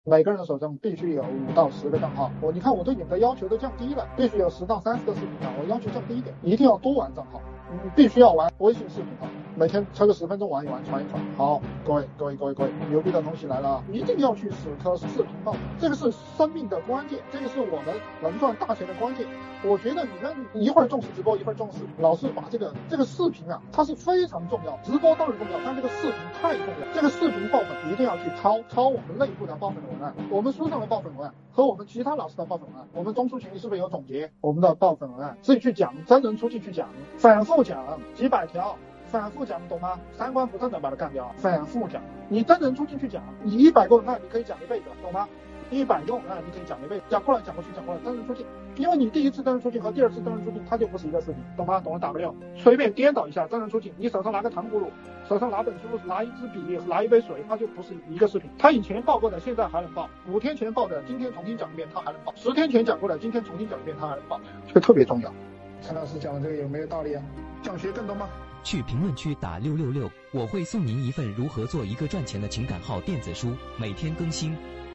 每个人的手中必须有5到10个账号。你看我对你们的要求都降低了，必须有10到30个视频号，我要求降低一点，一定要多玩账号。必须要玩微信视频号，每天抽个10分钟玩一玩，传一传。好，各位，牛逼的东西来了，一定要去死磕视频号，这个是生命的关键，这个是我们能赚大钱的关键。我觉得你们一会儿重视直播，一会儿重视，老是把这个视频啊，它是非常重要，直播当然重要，但这个视频太重要。这个视频爆粉一定要去抄我们内部的爆粉文案，我们书上的爆粉文案和我们其他老师的爆粉文案，我们中枢群里是不是有总结我们的爆粉文案，自己去讲，真人出去去讲，反复讲几百条，反复讲，懂吗？3观不正的把它干掉，反复讲。你真人出进去讲，你100个文案你可以讲一辈子，懂吗？100个文案你可以讲一辈子，讲过来讲过去，真人出镜，因为你第一次真人出镜和第二次真人出镜它就不是一个视频，懂吗？懂了打个6，随便颠倒一下真人出镜，你手上拿个糖葫芦，手上拿本书，拿一支笔，拿一杯水，它就不是一个视频。他以前报过的现在还能报，5天前报的今天重新讲一遍他还能报，10天前讲过的今天重新讲一遍他还能报，这个特别重要。陈老师讲的这个有没有道理啊？想学更多吗？ 去评论区打666，我会送您一份如何做一个赚钱的情感号电子书，每天更新。